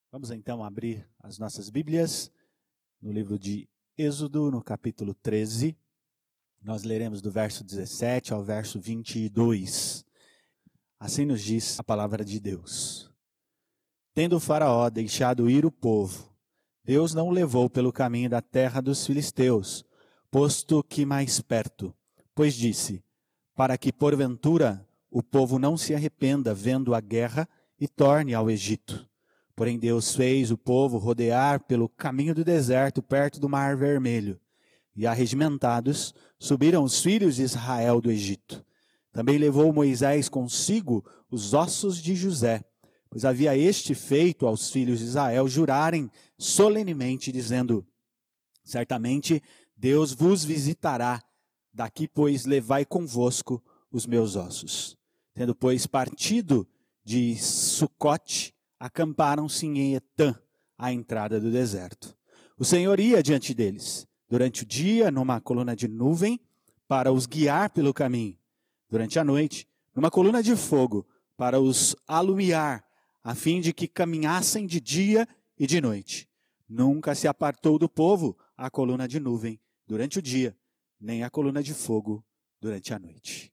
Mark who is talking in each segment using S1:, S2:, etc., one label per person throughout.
S1: Vamos então abrir as nossas Bíblias no livro de Êxodo, no capítulo 13. Nós leremos do verso 17 ao verso 22. Assim nos diz a palavra de Deus. Tendo o faraó deixado ir o povo, Deus não o levou pelo caminho da terra dos filisteus, posto que mais perto, pois disse, para que porventura o povo não se arrependa vendo a guerra e torne ao Egito. Porém Deus fez o povo rodear pelo caminho do deserto, perto do Mar Vermelho. E arregimentados, subiram os filhos de Israel do Egito. Também levou Moisés consigo os ossos de José, pois havia este feito aos filhos de Israel jurarem solenemente, dizendo, certamente Deus vos visitará, daqui, pois, levai convosco os meus ossos. Tendo, pois, partido de Sucote, acamparam-se em Etã, à entrada do deserto. O Senhor ia diante deles, durante o dia, numa coluna de nuvem, para os guiar pelo caminho. Durante a noite, numa coluna de fogo, para os alumiar, a fim de que caminhassem de dia e de noite. Nunca se apartou do povo a coluna de nuvem durante o dia, nem a coluna de fogo durante a noite.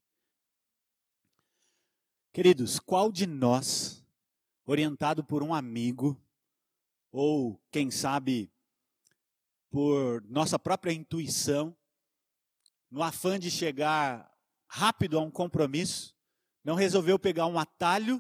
S1: Queridos, qual de nós, orientado por um amigo, ou, quem sabe, por nossa própria intuição, no afã de chegar rápido a um compromisso, não resolveu pegar um atalho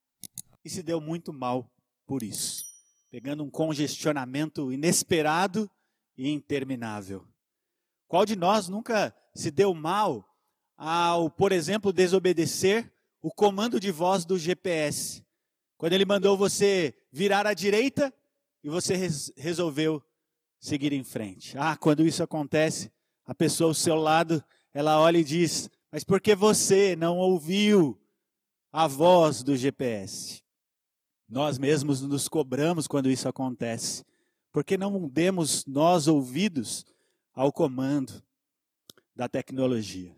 S1: e se deu muito mal por isso, pegando um congestionamento inesperado e interminável? Qual de nós nunca se deu mal ao, por exemplo, desobedecer o comando de voz do GPS? Quando ele mandou você virar à direita e você resolveu seguir em frente. Quando isso acontece, a pessoa ao seu lado, ela olha e diz, mas por que você não ouviu a voz do GPS? Nós mesmos nos cobramos quando isso acontece. Por que não demos nós ouvidos ao comando da tecnologia?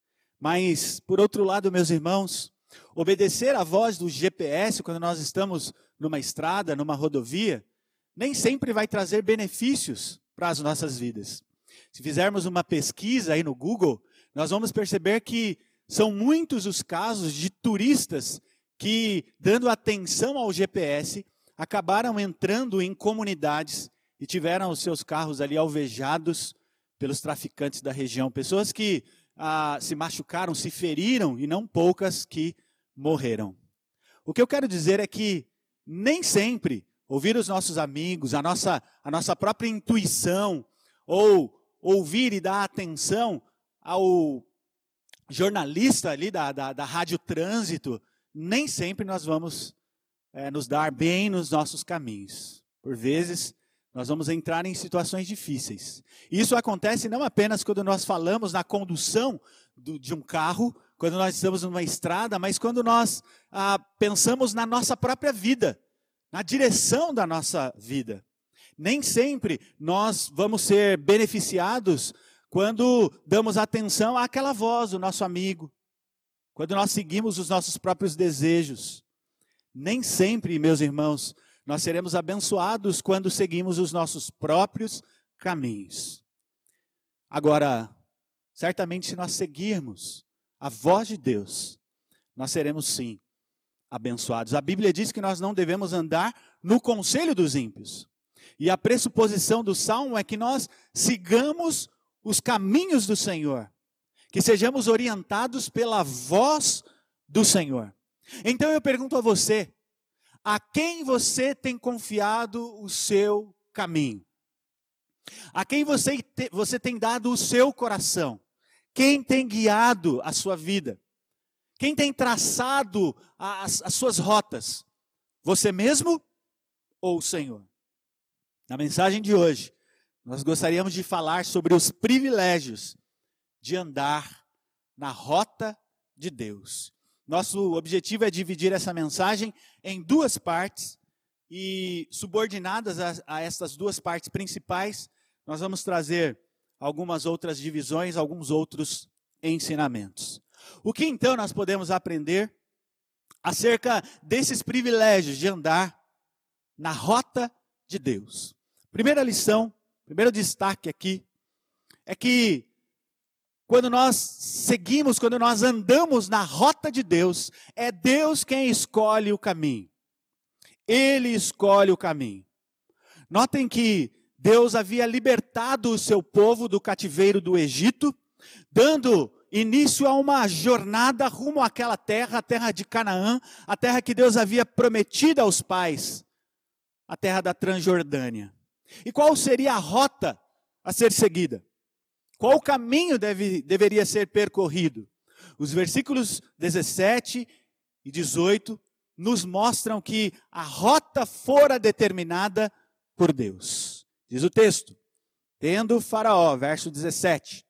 S1: Mas, por outro lado, meus irmãos, obedecer à voz do GPS quando nós estamos numa estrada, numa rodovia, nem sempre vai trazer benefícios para as nossas vidas. Se fizermos uma pesquisa aí no Google, nós vamos perceber que são muitos os casos de turistas que, dando atenção ao GPS, acabaram entrando em comunidades e tiveram os seus carros ali alvejados pelos traficantes da região. Pessoas que se machucaram, se feriram e não poucas que morreram. O que eu quero dizer é que nem sempre ouvir os nossos amigos, a nossa própria intuição, ou ouvir e dar atenção ao jornalista ali da Rádio Trânsito, nem sempre nós vamos nos dar bem nos nossos caminhos. Por vezes, nós vamos entrar em situações difíceis. Isso acontece não apenas quando nós falamos na condução de um carro, quando nós estamos numa estrada, mas quando nós pensamos na nossa própria vida, na direção da nossa vida. Nem sempre nós vamos ser beneficiados quando damos atenção àquela voz do nosso amigo, quando nós seguimos os nossos próprios desejos. Nem sempre, meus irmãos, nós seremos abençoados quando seguimos os nossos próprios caminhos. Agora, certamente se nós seguirmos a voz de Deus, nós seremos sim abençoados. A Bíblia diz que nós não devemos andar no conselho dos ímpios. E a pressuposição do Salmo é que nós sigamos os caminhos do Senhor, que sejamos orientados pela voz do Senhor. Então eu pergunto a você, a quem você tem confiado o seu caminho? A quem você tem dado o seu coração? Quem tem guiado a sua vida? Quem tem traçado as suas rotas? Você mesmo ou o Senhor? Na mensagem de hoje, nós gostaríamos de falar sobre os privilégios de andar na rota de Deus. Nosso objetivo é dividir essa mensagem em duas partes e, subordinadas a essas duas partes principais, nós vamos trazer algumas outras divisões, alguns outros ensinamentos. O que então nós podemos aprender acerca desses privilégios de andar na rota de Deus. Primeira lição, primeiro destaque aqui, é que quando nós seguimos, quando nós andamos na rota de Deus, é Deus quem escolhe o caminho. Ele escolhe o caminho. Notem que Deus havia libertado o seu povo do cativeiro do Egito, dando início a uma jornada rumo àquela terra, a terra de Canaã, a terra que Deus havia prometido aos pais, a terra da Transjordânia. E qual seria a rota a ser seguida? Qual o caminho deveria ser percorrido? Os versículos 17 e 18 nos mostram que a rota fora determinada por Deus. Diz o texto: tendo Faraó, verso 17,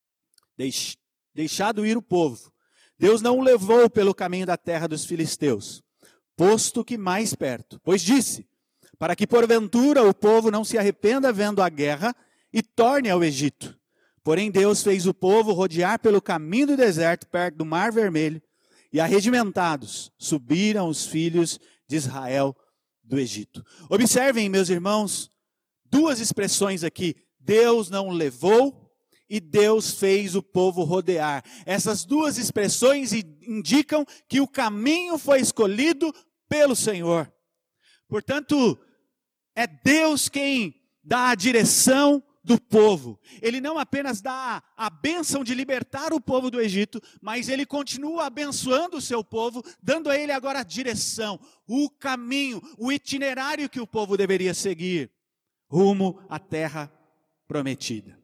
S1: deixado ir o povo, Deus não o levou pelo caminho da terra dos filisteus, posto que mais perto, pois disse, para que porventura o povo não se arrependa vendo a guerra e torne ao Egito. Porém Deus fez o povo rodear pelo caminho do deserto, perto do Mar Vermelho, e arregimentados subiram os filhos de Israel do Egito. Observem, meus irmãos, duas expressões aqui: Deus não levou e Deus fez o povo rodear. Essas duas expressões indicam que o caminho foi escolhido pelo Senhor. Portanto, é Deus quem dá a direção do povo. Ele não apenas dá a bênção de libertar o povo do Egito, mas ele continua abençoando o seu povo, dando a ele agora a direção, o caminho, o itinerário que o povo deveria seguir, rumo à terra prometida.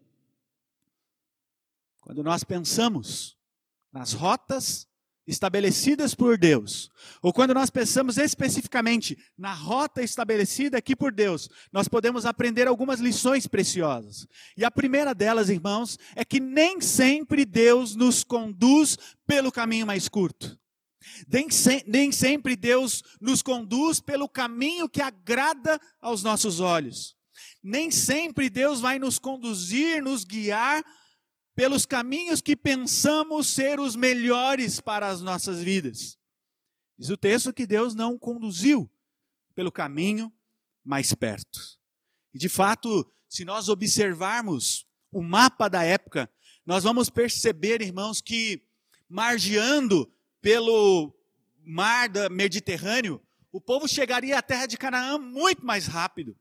S1: Quando nós pensamos nas rotas estabelecidas por Deus, ou quando nós pensamos especificamente na rota estabelecida aqui por Deus, nós podemos aprender algumas lições preciosas. E a primeira delas, irmãos, é que nem sempre Deus nos conduz pelo caminho mais curto. Nem sempre Deus nos conduz pelo caminho que agrada aos nossos olhos. Nem sempre Deus vai nos conduzir, nos guiar pelos caminhos que pensamos ser os melhores para as nossas vidas. Diz o texto que Deus não conduziu pelo caminho mais perto. E de fato, se nós observarmos o mapa da época, nós vamos perceber, irmãos, que margeando pelo mar Mediterrâneo, o povo chegaria à terra de Canaã muito mais rápido.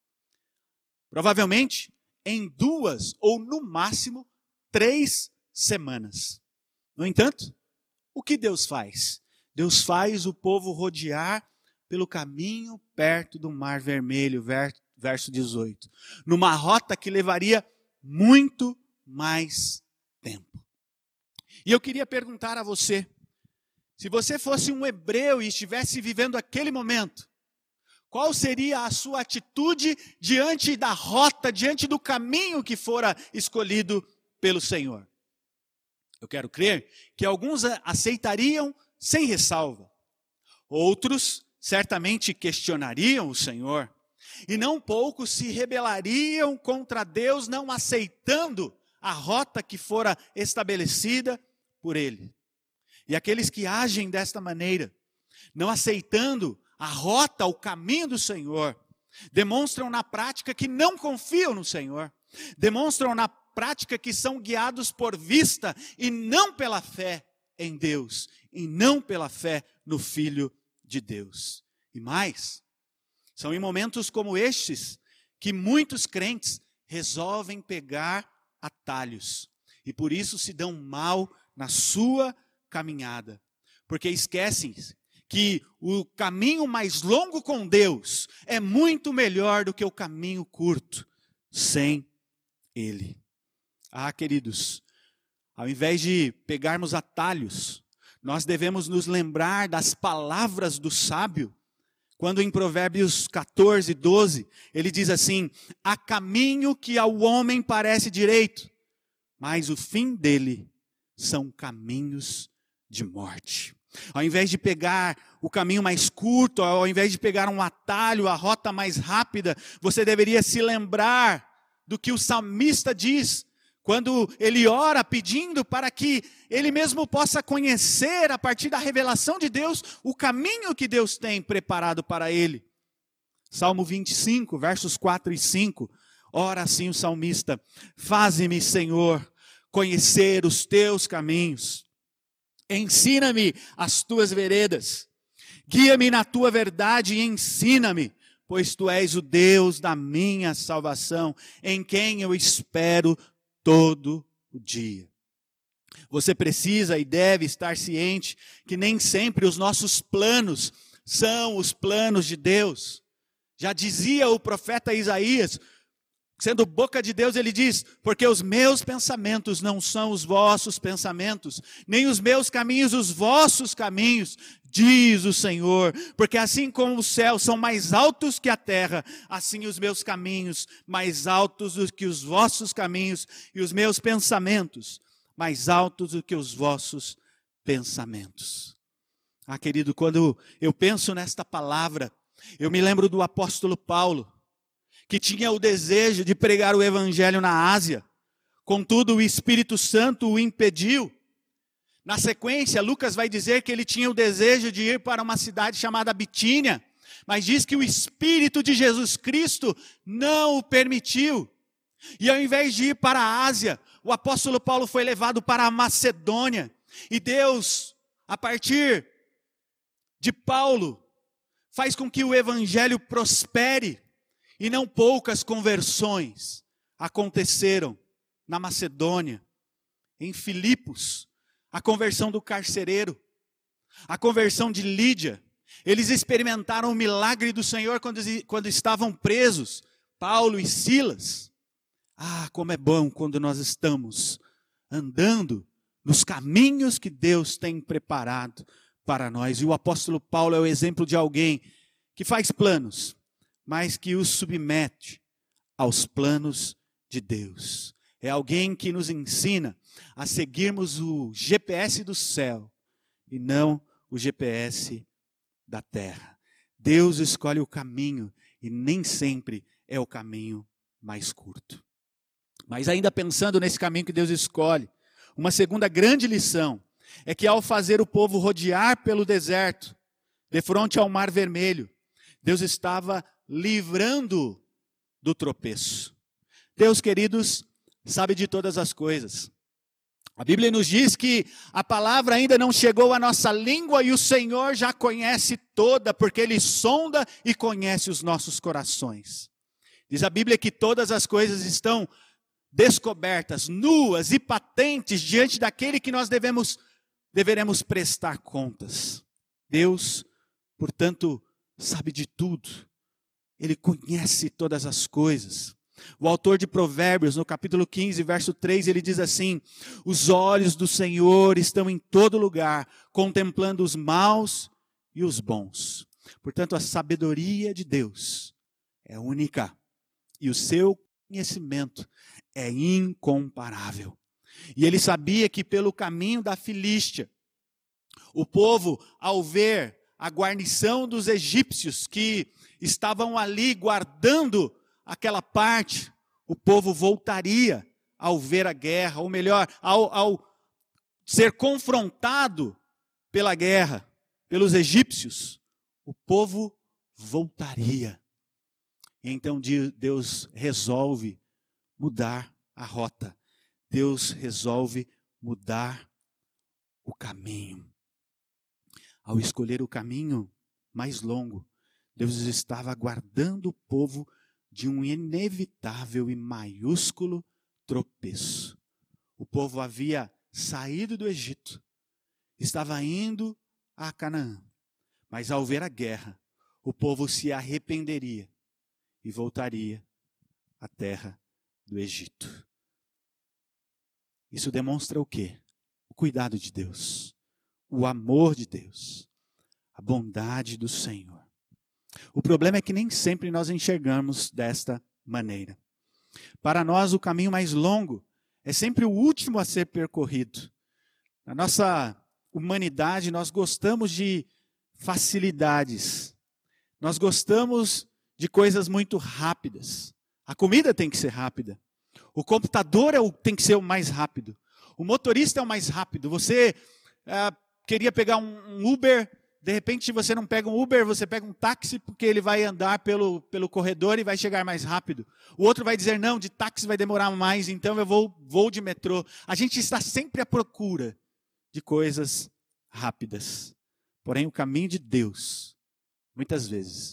S1: Provavelmente em 2 ou no máximo 3 semanas. No entanto, o que Deus faz? Deus faz o povo rodear pelo caminho perto do Mar Vermelho, verso 18. Numa rota que levaria muito mais tempo. E eu queria perguntar a você, se você fosse um hebreu e estivesse vivendo aquele momento, qual seria a sua atitude diante da rota, diante do caminho que fora escolhido pelo Senhor? Eu quero crer que alguns aceitariam sem ressalva. Outros certamente questionariam o Senhor. E não poucos se rebelariam contra Deus, não aceitando a rota que fora estabelecida por Ele. E aqueles que agem desta maneira, não aceitando a rota, o caminho do Senhor, demonstram na prática que não confiam no Senhor. Demonstram na prática que são guiados por vista e não pela fé em Deus, e não pela fé no Filho de Deus. E mais, são em momentos como estes que muitos crentes resolvem pegar atalhos e por isso se dão mal na sua caminhada, porque esquecem que o caminho mais longo com Deus é muito melhor do que o caminho curto sem Ele. Ah, queridos, ao invés de pegarmos atalhos, nós devemos nos lembrar das palavras do sábio, quando em Provérbios 14, 12, ele diz assim: há caminho que ao homem parece direito, mas o fim dele são caminhos de morte. Ao invés de pegar o caminho mais curto, ao invés de pegar um atalho, a rota mais rápida, você deveria se lembrar do que o salmista diz, quando ele ora pedindo para que ele mesmo possa conhecer, a partir da revelação de Deus, o caminho que Deus tem preparado para ele. Salmo 25, versos 4 e 5. Ora assim o salmista: faze-me, Senhor, conhecer os teus caminhos. Ensina-me as tuas veredas. Guia-me na tua verdade e ensina-me, pois tu és o Deus da minha salvação, em quem eu espero todo o dia. Você precisa e deve estar ciente que nem sempre os nossos planos são os planos de Deus. Já dizia o profeta Isaías, sendo boca de Deus, ele diz: porque os meus pensamentos não são os vossos pensamentos, nem os meus caminhos os vossos caminhos, diz o Senhor. Porque assim como os céus são mais altos que a terra, assim os meus caminhos mais altos do que os vossos caminhos, e os meus pensamentos mais altos do que os vossos pensamentos. Ah, querido, quando eu penso nesta palavra, eu me lembro do apóstolo Paulo, que tinha o desejo de pregar o evangelho na Ásia. Contudo, o Espírito Santo o impediu. Na sequência, Lucas vai dizer que ele tinha o desejo de ir para uma cidade chamada Bitínia, mas diz que o Espírito de Jesus Cristo não o permitiu. E ao invés de ir para a Ásia, o apóstolo Paulo foi levado para a Macedônia. E Deus, a partir de Paulo, faz com que o evangelho prospere. E não poucas conversões aconteceram na Macedônia, em Filipos, a conversão do carcereiro, a conversão de Lídia. Eles experimentaram o milagre do Senhor quando estavam presos, Paulo e Silas. Ah, como é bom quando nós estamos andando nos caminhos que Deus tem preparado para nós. E o apóstolo Paulo é o exemplo de alguém que faz planos, mas que os submete aos planos de Deus. É alguém que nos ensina a seguirmos o GPS do céu e não o GPS da terra. Deus escolhe o caminho e nem sempre é o caminho mais curto. Mas ainda pensando nesse caminho que Deus escolhe, uma segunda grande lição é que ao fazer o povo rodear pelo deserto, de frente ao Mar Vermelho, Deus estava livrando do tropeço. Deus, queridos, sabe de todas as coisas. A Bíblia nos diz que a palavra ainda não chegou à nossa língua e o Senhor já conhece toda, porque Ele sonda e conhece os nossos corações. Diz a Bíblia que todas as coisas estão descobertas, nuas e patentes diante daquele que nós deveremos prestar contas. Deus, portanto, sabe de tudo. Ele conhece todas as coisas. O autor de Provérbios, no capítulo 15, verso 3, ele diz assim: os olhos do Senhor estão em todo lugar, contemplando os maus e os bons. Portanto, a sabedoria de Deus é única e o seu conhecimento é incomparável. E ele sabia que pelo caminho da Filístia, o povo, ao ver a guarnição dos egípcios que estavam ali guardando aquela parte, o povo voltaria ao ver a guerra, ou melhor, ao ser confrontado pela guerra, pelos egípcios, o povo voltaria. E então Deus resolve mudar a rota. Deus resolve mudar o caminho. Ao escolher o caminho mais longo, Deus estava guardando o povo de um inevitável e maiúsculo tropeço. O povo havia saído do Egito, estava indo a Canaã, mas ao ver a guerra, o povo se arrependeria e voltaria à terra do Egito. Isso demonstra o quê? O cuidado de Deus, o amor de Deus, a bondade do Senhor. O problema é que nem sempre nós enxergamos desta maneira. Para nós, o caminho mais longo é sempre o último a ser percorrido. Na nossa humanidade, nós gostamos de facilidades. Nós gostamos de coisas muito rápidas. A comida tem que ser rápida. O computador tem que ser o mais rápido. O motorista é o mais rápido. Você queria pegar um Uber de repente você não pega um Uber, você pega um táxi, porque ele vai andar pelo corredor e vai chegar mais rápido. O outro vai dizer, não, de táxi vai demorar mais, então eu vou de metrô. A gente está sempre à procura de coisas rápidas. Porém, o caminho de Deus, muitas vezes,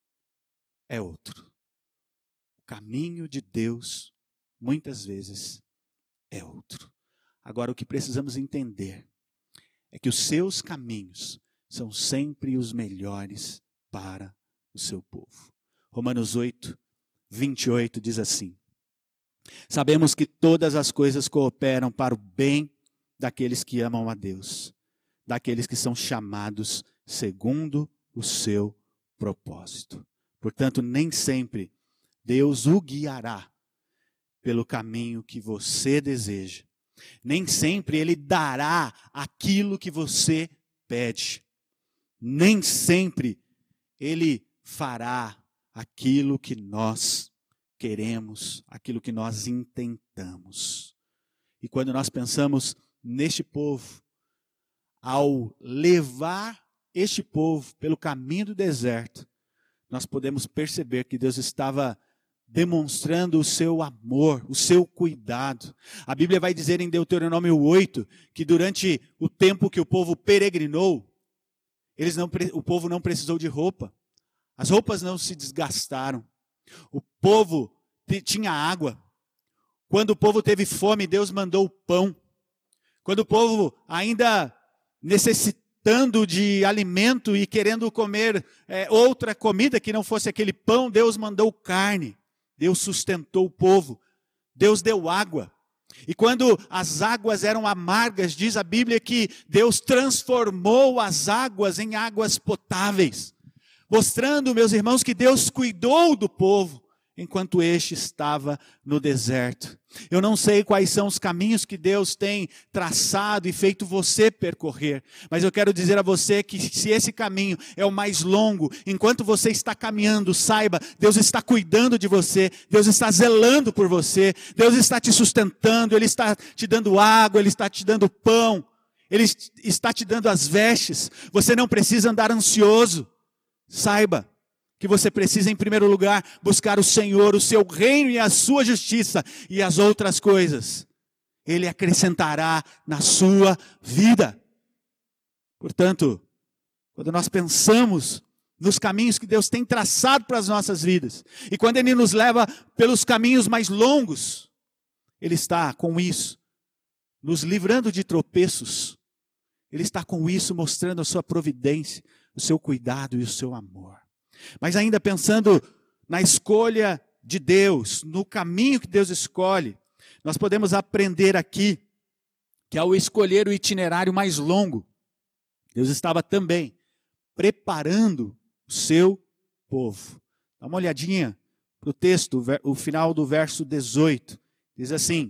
S1: é outro. O caminho de Deus, muitas vezes, é outro. Agora, o que precisamos entender é que os seus caminhos são sempre os melhores para o seu povo. Romanos 8, 28 diz assim: sabemos que todas as coisas cooperam para o bem daqueles que amam a Deus, daqueles que são chamados segundo o seu propósito. Portanto, nem sempre Deus o guiará pelo caminho que você deseja. Nem sempre Ele dará aquilo que você pede. Nem sempre Ele fará aquilo que nós queremos, aquilo que nós intentamos. E quando nós pensamos neste povo, ao levar este povo pelo caminho do deserto, nós podemos perceber que Deus estava demonstrando o seu amor, o seu cuidado. A Bíblia vai dizer em Deuteronômio 8, que durante o tempo que o povo peregrinou, o povo não precisou de roupa. As roupas não se desgastaram. O povo tinha água. Quando o povo teve fome, Deus mandou pão. Quando o povo ainda necessitando de alimento e querendo comer outra comida que não fosse aquele pão, Deus mandou carne. Deus sustentou o povo. Deus deu água. E quando as águas eram amargas, diz a Bíblia que Deus transformou as águas em águas potáveis. Mostrando, meus irmãos, que Deus cuidou do povo enquanto este estava no deserto. Eu não sei quais são os caminhos que Deus tem traçado e feito você percorrer, mas eu quero dizer a você que se esse caminho é o mais longo, enquanto você está caminhando, saiba, Deus está cuidando de você, Deus está zelando por você, Deus está te sustentando, Ele está te dando água, Ele está te dando pão, Ele está te dando as vestes. Você não precisa andar ansioso. Saiba que você precisa, em primeiro lugar, buscar o Senhor, o seu reino e a sua justiça, e as outras coisas Ele acrescentará na sua vida. Portanto, quando nós pensamos nos caminhos que Deus tem traçado para as nossas vidas, e quando Ele nos leva pelos caminhos mais longos, Ele está com isso nos livrando de tropeços. Ele está com isso mostrando a sua providência, o seu cuidado e o seu amor. Mas ainda pensando na escolha de Deus, no caminho que Deus escolhe, nós podemos aprender aqui que ao escolher o itinerário mais longo, Deus estava também preparando o seu povo. Dá uma olhadinha para o texto, o final do verso 18. Diz assim: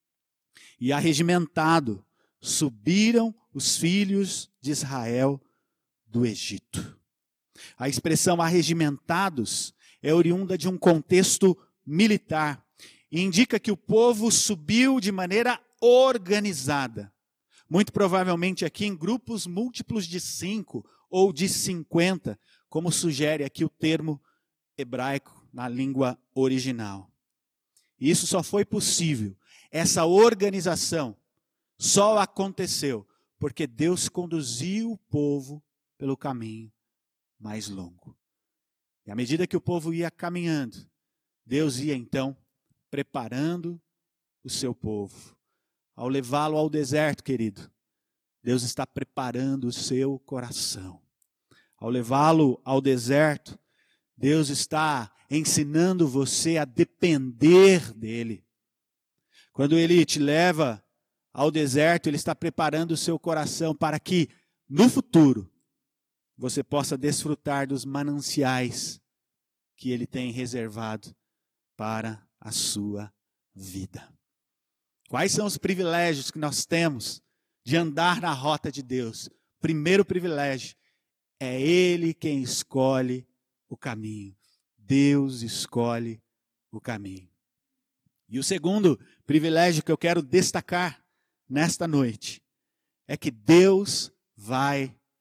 S1: e arregimentado subiram os filhos de Israel do Egito. A expressão arregimentados é oriunda de um contexto militar e indica que o povo subiu de maneira organizada. Muito provavelmente aqui em grupos múltiplos de 5 ou de 50, como sugere aqui o termo hebraico na língua original. E isso só foi possível, essa organização só aconteceu porque Deus conduziu o povo pelo caminho mais longo. E à medida que o povo ia caminhando, Deus ia então preparando o seu povo. Ao levá-lo ao deserto, querido, Deus está preparando o seu coração. Ao levá-lo ao deserto, Deus está ensinando você a depender dele. Quando Ele te leva ao deserto, Ele está preparando o seu coração para que, no futuro, você possa desfrutar dos mananciais que Ele tem reservado para a sua vida. Quais são os privilégios que nós temos de andar na rota de Deus? Primeiro privilégio, é Ele quem escolhe o caminho. Deus escolhe o caminho. E o segundo privilégio que eu quero destacar nesta noite é que Deus vai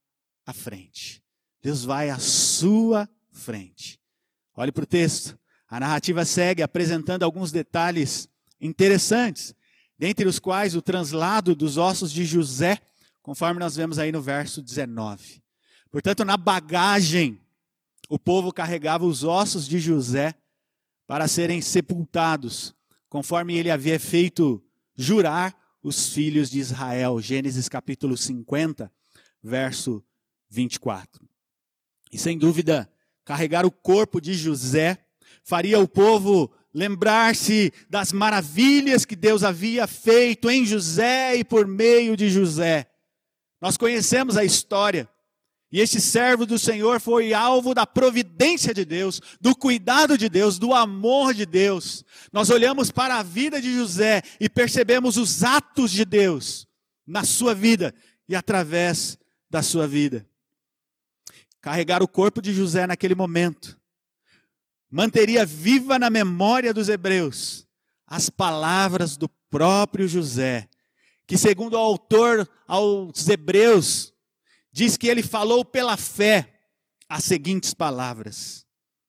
S1: à frente. Deus vai à sua frente. Olhe para o texto. A narrativa segue apresentando alguns detalhes interessantes, dentre os quais o translado dos ossos de José, conforme nós vemos aí no verso 19. Portanto, na bagagem, o povo carregava os ossos de José para serem sepultados, conforme ele havia feito jurar os filhos de Israel. Gênesis capítulo 50, verso 24. E sem dúvida, carregar o corpo de José faria o povo lembrar-se das maravilhas que Deus havia feito em José e por meio de José. Nós conhecemos a história. E este servo do Senhor foi alvo da providência de Deus, do cuidado de Deus, do amor de Deus. Nós olhamos para a vida de José e percebemos os atos de Deus na sua vida e através da sua vida. Carregar o corpo de José naquele momento manteria viva na memória dos hebreus as palavras do próprio José, que segundo o autor aos Hebreus, diz que ele falou pela fé as seguintes palavras: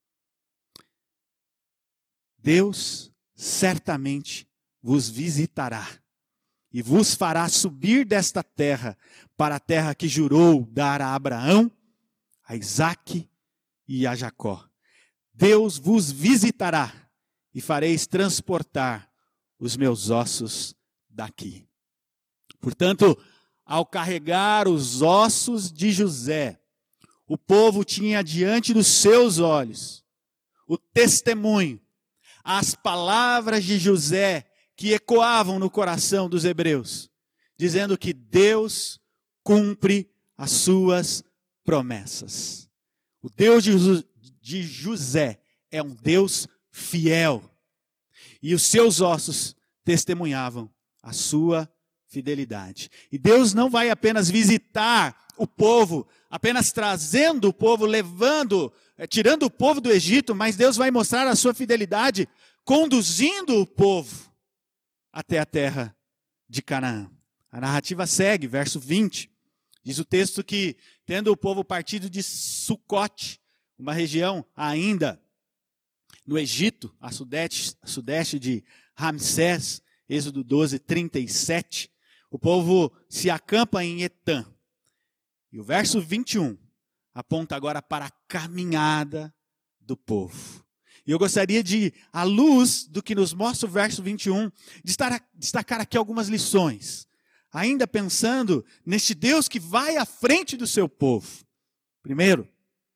S1: Deus certamente vos visitará e vos fará subir desta terra para a terra que jurou dar a Abraão, a Isaque e a Jacó. Deus vos visitará e fareis transportar os meus ossos daqui. Portanto, ao carregar os ossos de José, o povo tinha diante dos seus olhos o testemunho, as palavras de José que ecoavam no coração dos hebreus, dizendo que Deus cumpre as suas promessas. O Deus de José é um Deus fiel, e os seus ossos testemunhavam a sua fidelidade. E Deus não vai apenas visitar o povo, apenas trazendo o povo, tirando o povo do Egito, mas Deus vai mostrar a sua fidelidade, conduzindo o povo até a terra de Canaã. A narrativa segue, verso 20. Diz o texto que, tendo o povo partido de Sucote, uma região ainda no Egito, a sudeste de Ramsés, Êxodo 12, 37, o povo se acampa em Etã. E o verso 21 aponta agora para a caminhada do povo. E eu gostaria de, à luz do que nos mostra o verso 21, destacar aqui algumas lições. Ainda pensando neste Deus que vai à frente do seu povo. Primeiro,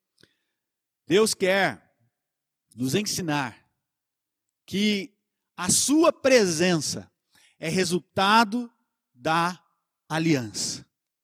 S1: Deus quer nos ensinar que a sua presença é resultado da aliança.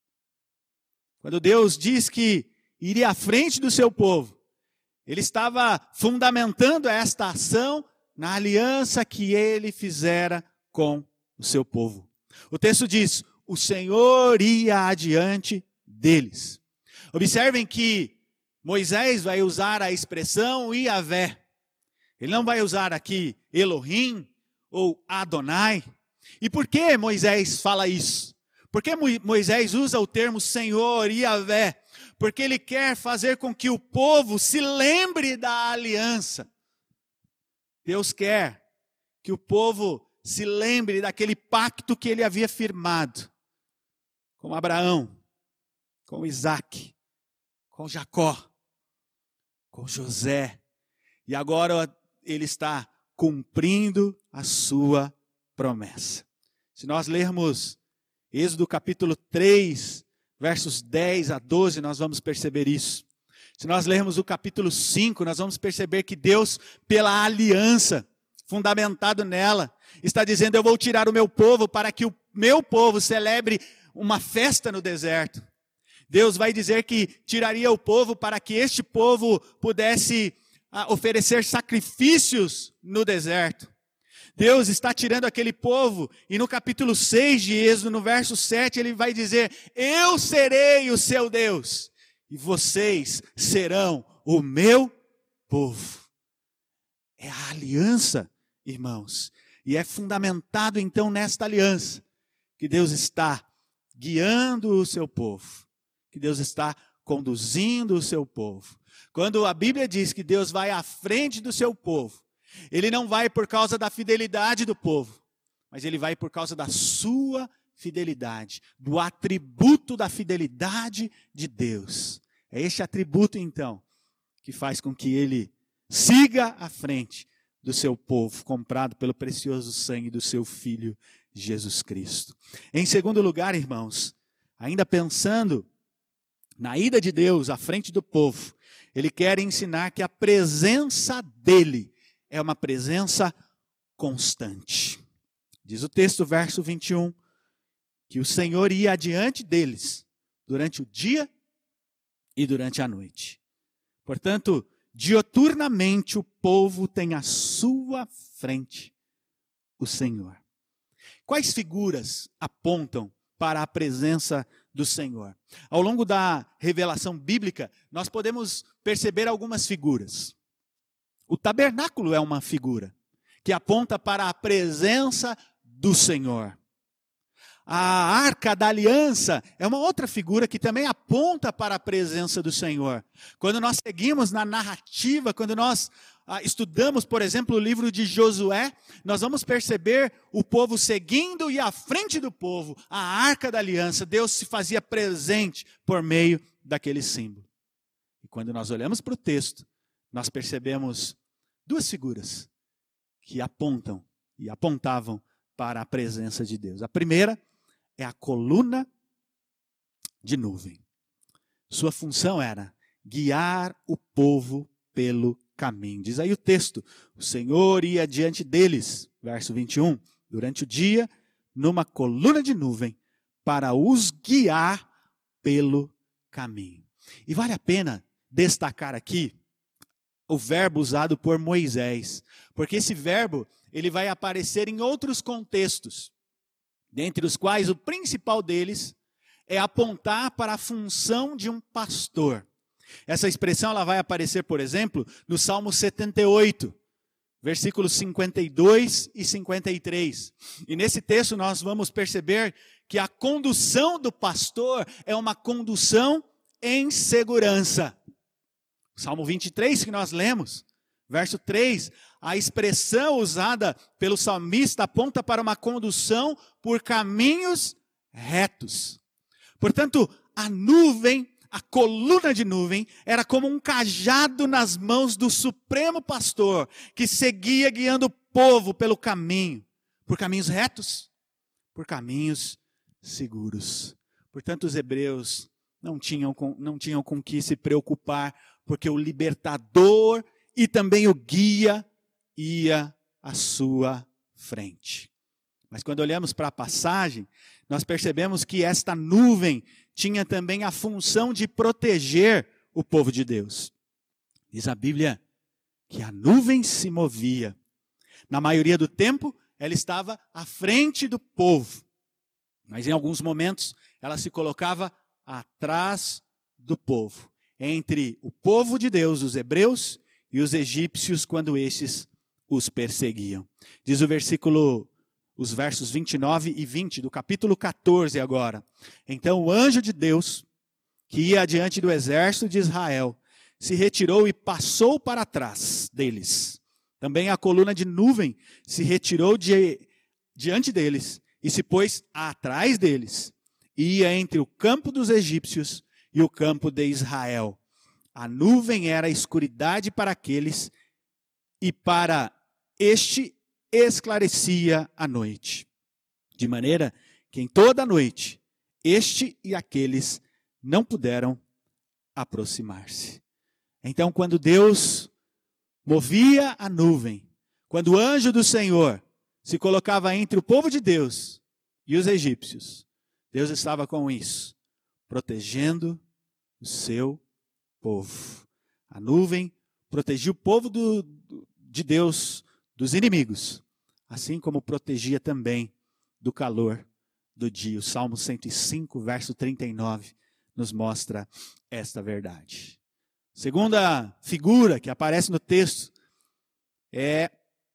S1: Quando Deus diz que iria à frente do seu povo, Ele estava fundamentando esta ação na aliança que Ele fizera com o seu povo. O texto diz: o Senhor ia adiante deles. Observem que Moisés vai usar a expressão Iavé. Ele não vai usar aqui Elohim ou Adonai. E por que Moisés fala isso? Por que Moisés usa o termo Senhor, Iavé? Porque ele quer fazer com que o povo se lembre da aliança. Deus quer que o povo se lembre daquele pacto que ele havia firmado com Abraão, com Isaque, com Jacó, com José. E agora ele está cumprindo a sua promessa. Se nós lermos Êxodo capítulo 3, versos 10 a 12, nós vamos perceber isso. Se nós lermos o capítulo 5, nós vamos perceber que Deus, pela aliança, fundamentado nela, está dizendo: eu vou tirar o meu povo para que o meu povo celebre uma festa no deserto. Deus vai dizer que tiraria o povo para que este povo pudesse oferecer sacrifícios no deserto. Deus está tirando aquele povo, e no capítulo 6 de Êxodo, no verso 7, ele vai dizer: eu serei o seu Deus, e vocês serão o meu povo. É a aliança, irmãos, e é fundamentado então nesta aliança, que Deus está guiando o seu povo, que Deus está conduzindo o seu povo. Quando a Bíblia diz que Deus vai à frente do seu povo, Ele não vai por causa da fidelidade do povo, mas Ele vai por causa da sua fidelidade, do atributo da fidelidade de Deus. É este atributo, então, que faz com que Ele siga à frente do seu povo, comprado pelo precioso sangue do seu Filho Jesus Cristo. Em segundo lugar, irmãos, ainda pensando na ida de Deus à frente do povo, Ele quer ensinar que a presença dEle é uma presença constante. Diz o texto, verso 21, que o Senhor ia adiante deles durante o dia e durante a noite. Portanto, dioturnamente o povo tem à sua frente o Senhor. Quais figuras apontam para a presença do Senhor? Ao longo da revelação bíblica, nós podemos perceber algumas figuras. O tabernáculo é uma figura que aponta para a presença do Senhor. A arca da aliança é uma outra figura que também aponta para a presença do Senhor. Quando nós seguimos na narrativa, quando nós estudamos, por exemplo, o livro de Josué, nós vamos perceber o povo seguindo e à frente do povo, a arca da aliança, Deus se fazia presente por meio daquele símbolo. E quando nós olhamos para o texto, nós percebemos duas figuras que apontam e apontavam para a presença de Deus. A primeira é a coluna de nuvem. Sua função era guiar o povo pelo caminho. Diz aí o texto, o Senhor ia diante deles, verso 21, durante o dia, numa coluna de nuvem, para os guiar pelo caminho. E vale a pena destacar aqui o verbo usado por Moisés, porque esse verbo ele vai aparecer em outros contextos, dentre os quais o principal deles é apontar para a função de um pastor. Essa expressão ela vai aparecer, por exemplo, no Salmo 78, versículos 52 e 53. E nesse texto nós vamos perceber que a condução do pastor é uma condução em segurança. Salmo 23 que nós lemos, verso 3, a expressão usada pelo salmista aponta para uma condução por caminhos retos. Portanto, a nuvem, a coluna de nuvem, era como um cajado nas mãos do supremo pastor, que seguia guiando o povo pelo caminho, por caminhos retos, por caminhos seguros. Portanto, os hebreus não tinham com que se preocupar, porque o libertador e também o guia ia à sua frente. Mas quando olhamos para a passagem, nós percebemos que esta nuvem tinha também a função de proteger o povo de Deus. Diz a Bíblia que a nuvem se movia. Na maioria do tempo, ela estava à frente do povo. Mas em alguns momentos, ela se colocava atrás do povo. Entre o povo de Deus, os hebreus, e os egípcios, quando estes os perseguiam. Diz o versículo, os versos 29 e 20 do capítulo 14 agora. Então o anjo de Deus, que ia adiante do exército de Israel, se retirou e passou para trás deles. Também a coluna de nuvem se retirou diante deles e se pôs atrás deles. Ia entre o campo dos egípcios e o campo de Israel. A nuvem era a escuridade para aqueles, e para este esclarecia a noite. De maneira que em toda a noite, este e aqueles não puderam aproximar-se. Então, quando Deus movia a nuvem, quando o anjo do Senhor se colocava entre o povo de Deus e os egípcios, Deus estava com isso, protegendo o seu povo. A nuvem protegia o povo de Deus dos inimigos, assim como protegia também do calor do dia. O Salmo 105, verso 39, nos mostra esta verdade. Segunda figura que aparece no texto é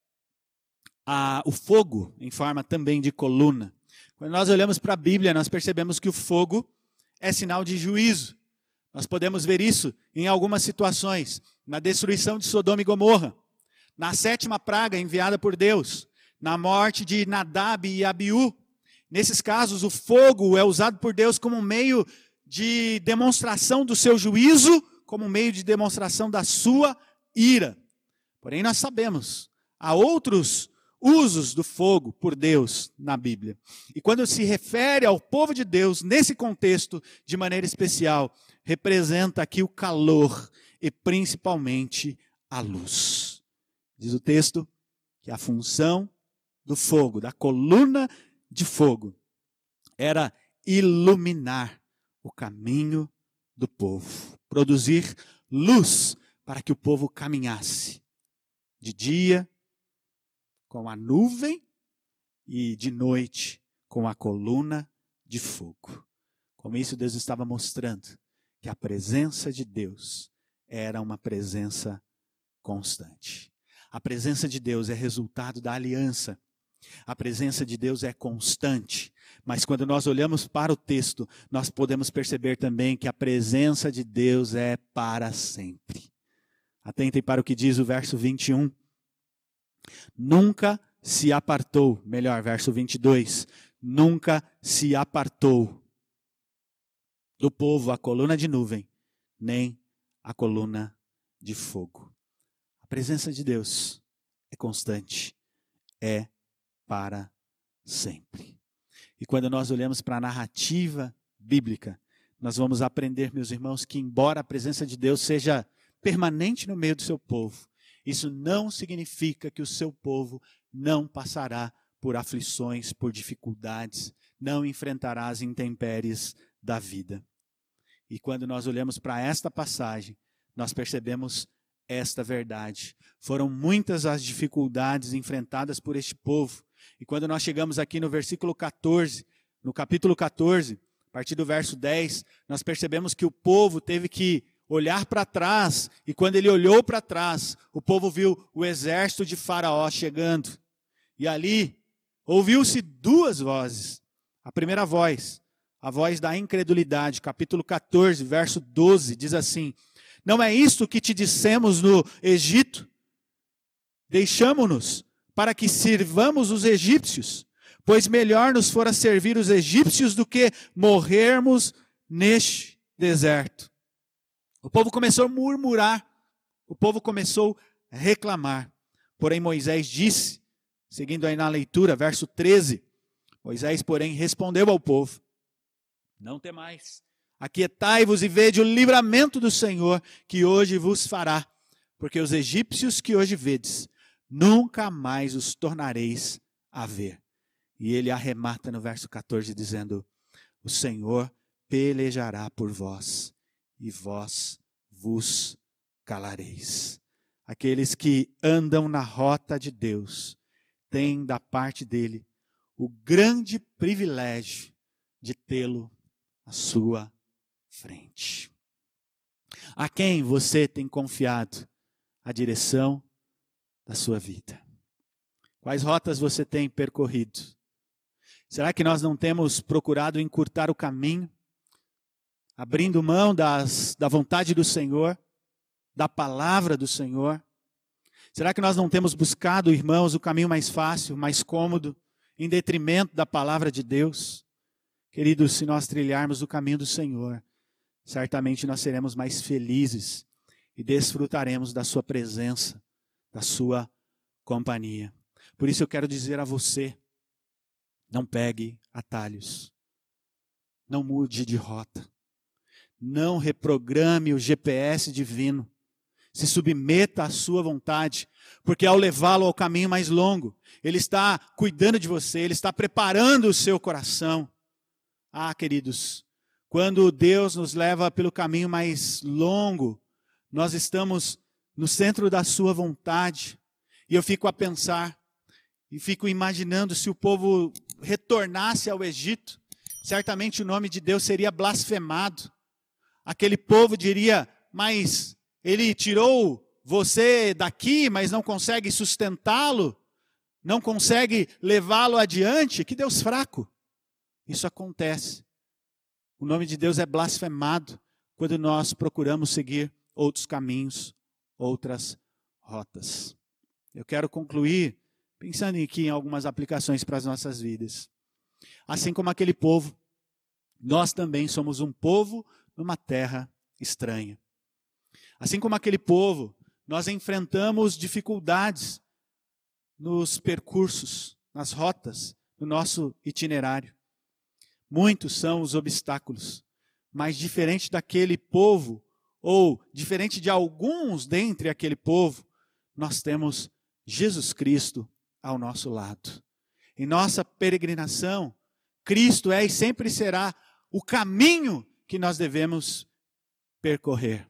S1: o fogo, em forma também de coluna. Quando nós olhamos para a Bíblia, nós percebemos que o fogo é sinal de juízo. Nós podemos ver isso em algumas situações, na destruição de Sodoma e Gomorra, na 7ª praga enviada por Deus, na morte de Nadab e Abiú. Nesses casos, o fogo é usado por Deus como um meio de demonstração do seu juízo, como um meio de demonstração da sua ira. Porém, nós sabemos, há outros usos do fogo por Deus na Bíblia. E quando se refere ao povo de Deus, nesse contexto, de maneira especial, representa aqui o calor e principalmente a luz. Diz o texto que a função do fogo, da coluna de fogo, era iluminar o caminho do povo, produzir luz para que o povo caminhasse de dia com a nuvem e de noite com a coluna de fogo. Com isso, Deus estava mostrando que a presença de Deus era uma presença constante. A presença de Deus é resultado da aliança. A presença de Deus é constante. Mas quando nós olhamos para o texto, nós podemos perceber também que a presença de Deus é para sempre. Atentem para o que diz o verso 21. Nunca se apartou, melhor, verso 22. Nunca se apartou do povo a coluna de nuvem, nem a coluna de fogo. A presença de Deus é constante, é para sempre. E quando nós olhamos para a narrativa bíblica, nós vamos aprender, meus irmãos, que embora a presença de Deus seja permanente no meio do seu povo, isso não significa que o seu povo não passará por aflições, por dificuldades, não enfrentará as intempéries da vida. E quando nós olhamos para esta passagem, nós percebemos esta verdade. Foram muitas as dificuldades enfrentadas por este povo. E quando nós chegamos aqui no versículo 14, no capítulo 14, a partir do verso 10, nós percebemos que o povo teve que olhar para trás, e quando ele olhou para trás, o povo viu o exército de Faraó chegando. E ali, ouviu-se 2 vozes. A primeira voz, a voz da incredulidade, capítulo 14, verso 12, diz assim: não é isto que te dissemos no Egito? Deixamo-nos para que sirvamos os egípcios, pois melhor nos fora servir os egípcios do que morrermos neste deserto. O povo começou a murmurar, o povo começou a reclamar. Porém Moisés disse, seguindo aí na leitura, verso 13, Moisés, porém, respondeu ao povo: não temais, aquietai-vos e vede o livramento do Senhor, que hoje vos fará, porque os egípcios que hoje vedes, nunca mais os tornareis a ver. E ele arremata no verso 14, dizendo: o Senhor pelejará por vós, e vós vos calareis. Aqueles que andam na rota de Deus têm da parte dele o grande privilégio de tê-lo à sua frente. A quem você tem confiado a direção da sua vida? Quais rotas você tem percorrido? Será que nós não temos procurado encurtar o caminho, abrindo mão da vontade do Senhor, da palavra do Senhor? Será que nós não temos buscado, irmãos, o caminho mais fácil, mais cômodo, em detrimento da palavra de Deus? Queridos, se nós trilharmos o caminho do Senhor, certamente nós seremos mais felizes e desfrutaremos da sua presença, da sua companhia. Por isso eu quero dizer a você, não pegue atalhos, não mude de rota, não reprograme o GPS divino, se submeta à sua vontade, porque ao levá-lo ao caminho mais longo, Ele está cuidando de você, Ele está preparando o seu coração. Ah, queridos, quando Deus nos leva pelo caminho mais longo, nós estamos no centro da sua vontade. E eu fico a pensar, e fico imaginando, se o povo retornasse ao Egito, certamente o nome de Deus seria blasfemado. Aquele povo diria: mas Ele tirou você daqui, mas não consegue sustentá-lo, não consegue levá-lo adiante. Que Deus fraco. Isso acontece. O nome de Deus é blasfemado quando nós procuramos seguir outros caminhos, outras rotas. Eu quero concluir pensando aqui em algumas aplicações para as nossas vidas. Assim como aquele povo, nós também somos um povo numa terra estranha. Assim como aquele povo, nós enfrentamos dificuldades nos percursos, nas rotas, no nosso itinerário. Muitos são os obstáculos, mas diferente daquele povo, ou diferente de alguns dentre aquele povo, nós temos Jesus Cristo ao nosso lado. Em nossa peregrinação, Cristo é e sempre será o caminho que nós devemos percorrer.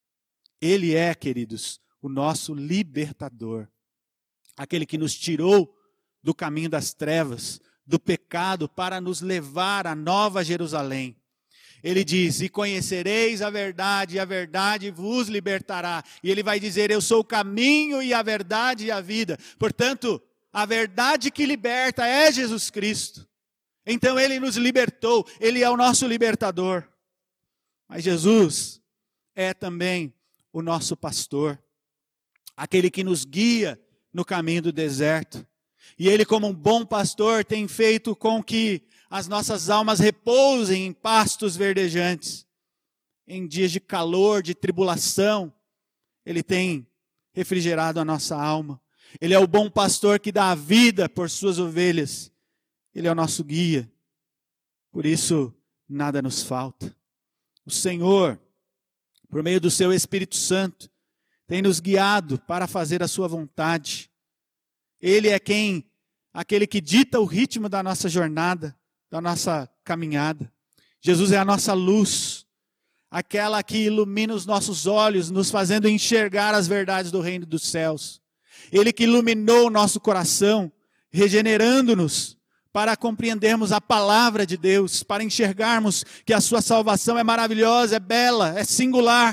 S1: Ele é, queridos, o nosso libertador. Aquele que nos tirou do caminho das trevas, do pecado, para nos levar à nova Jerusalém. Ele diz, e conhecereis a verdade vos libertará. E ele vai dizer, eu sou o caminho e a verdade e a vida. Portanto, a verdade que liberta é Jesus Cristo. Então ele nos libertou, ele é o nosso libertador. Mas Jesus é também o nosso pastor, aquele que nos guia no caminho do deserto. E ele, como um bom pastor, tem feito com que as nossas almas repousem em pastos verdejantes. Em dias de calor, de tribulação, ele tem refrigerado a nossa alma. Ele é o bom pastor que dá a vida por suas ovelhas. Ele é o nosso guia. Por isso, nada nos falta. O Senhor, por meio do seu Espírito Santo, tem nos guiado para fazer a sua vontade. Ele é aquele que dita o ritmo da nossa jornada, da nossa caminhada. Jesus é a nossa luz, aquela que ilumina os nossos olhos, nos fazendo enxergar as verdades do reino dos céus. Ele que iluminou o nosso coração, regenerando-nos para compreendermos a palavra de Deus, para enxergarmos que a sua salvação é maravilhosa, é bela, é singular.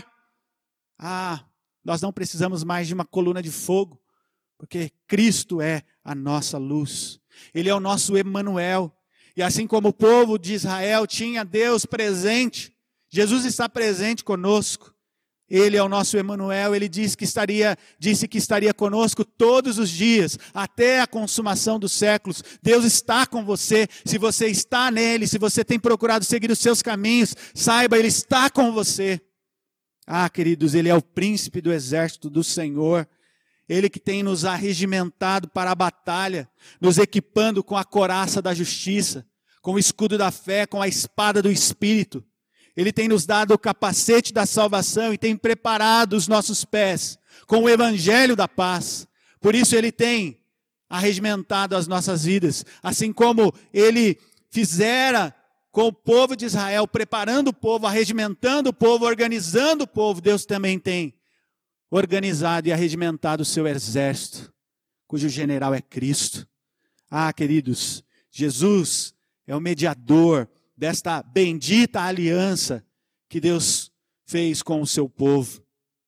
S1: Nós não precisamos mais de uma coluna de fogo, porque Cristo é a nossa luz. Ele é o nosso Emanuel. E assim como o povo de Israel tinha Deus presente, Jesus está presente conosco. Ele é o nosso Emanuel. Ele disse que estaria conosco todos os dias, até a consumação dos séculos. Deus está com você. Se você está nele, se você tem procurado seguir os seus caminhos, saiba, Ele está com você. Queridos, Ele é o príncipe do exército do Senhor. Ele que tem nos arregimentado para a batalha, nos equipando com a couraça da justiça, com o escudo da fé, com a espada do Espírito. Ele tem nos dado o capacete da salvação e tem preparado os nossos pés com o evangelho da paz. Por isso Ele tem arregimentado as nossas vidas, assim como Ele fizera com o povo de Israel, preparando o povo, arregimentando o povo, organizando o povo. Deus também tem organizado e arregimentado o seu exército, cujo general é Cristo. Queridos, Jesus é o mediador desta bendita aliança que Deus fez com o seu povo.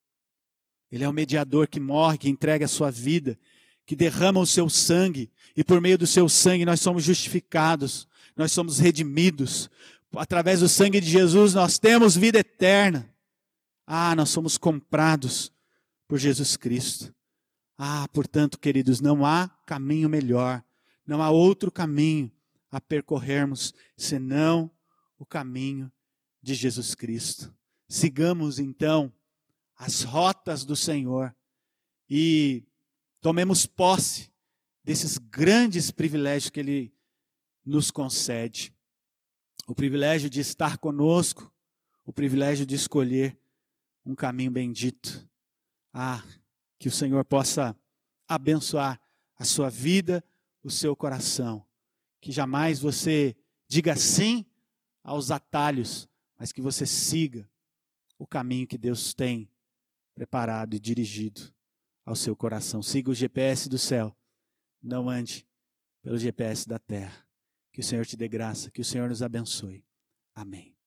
S1: Ele é o mediador que morre, que entrega a sua vida, que derrama o seu sangue, e por meio do seu sangue nós somos justificados, nós somos redimidos. Através do sangue de Jesus nós temos vida eterna. Nós somos comprados por Jesus Cristo. Portanto, queridos, não há caminho melhor, não há outro caminho a percorrermos, senão o caminho de Jesus Cristo. Sigamos, então, as rotas do Senhor e tomemos posse desses grandes privilégios que Ele nos concede. O privilégio de estar conosco, o privilégio de escolher um caminho bendito. Que o Senhor possa abençoar a sua vida, o seu coração. Que jamais você diga sim aos atalhos, mas que você siga o caminho que Deus tem preparado e dirigido ao seu coração. Siga o GPS do céu, não ande pelo GPS da terra. Que o Senhor te dê graça, que o Senhor nos abençoe. Amém.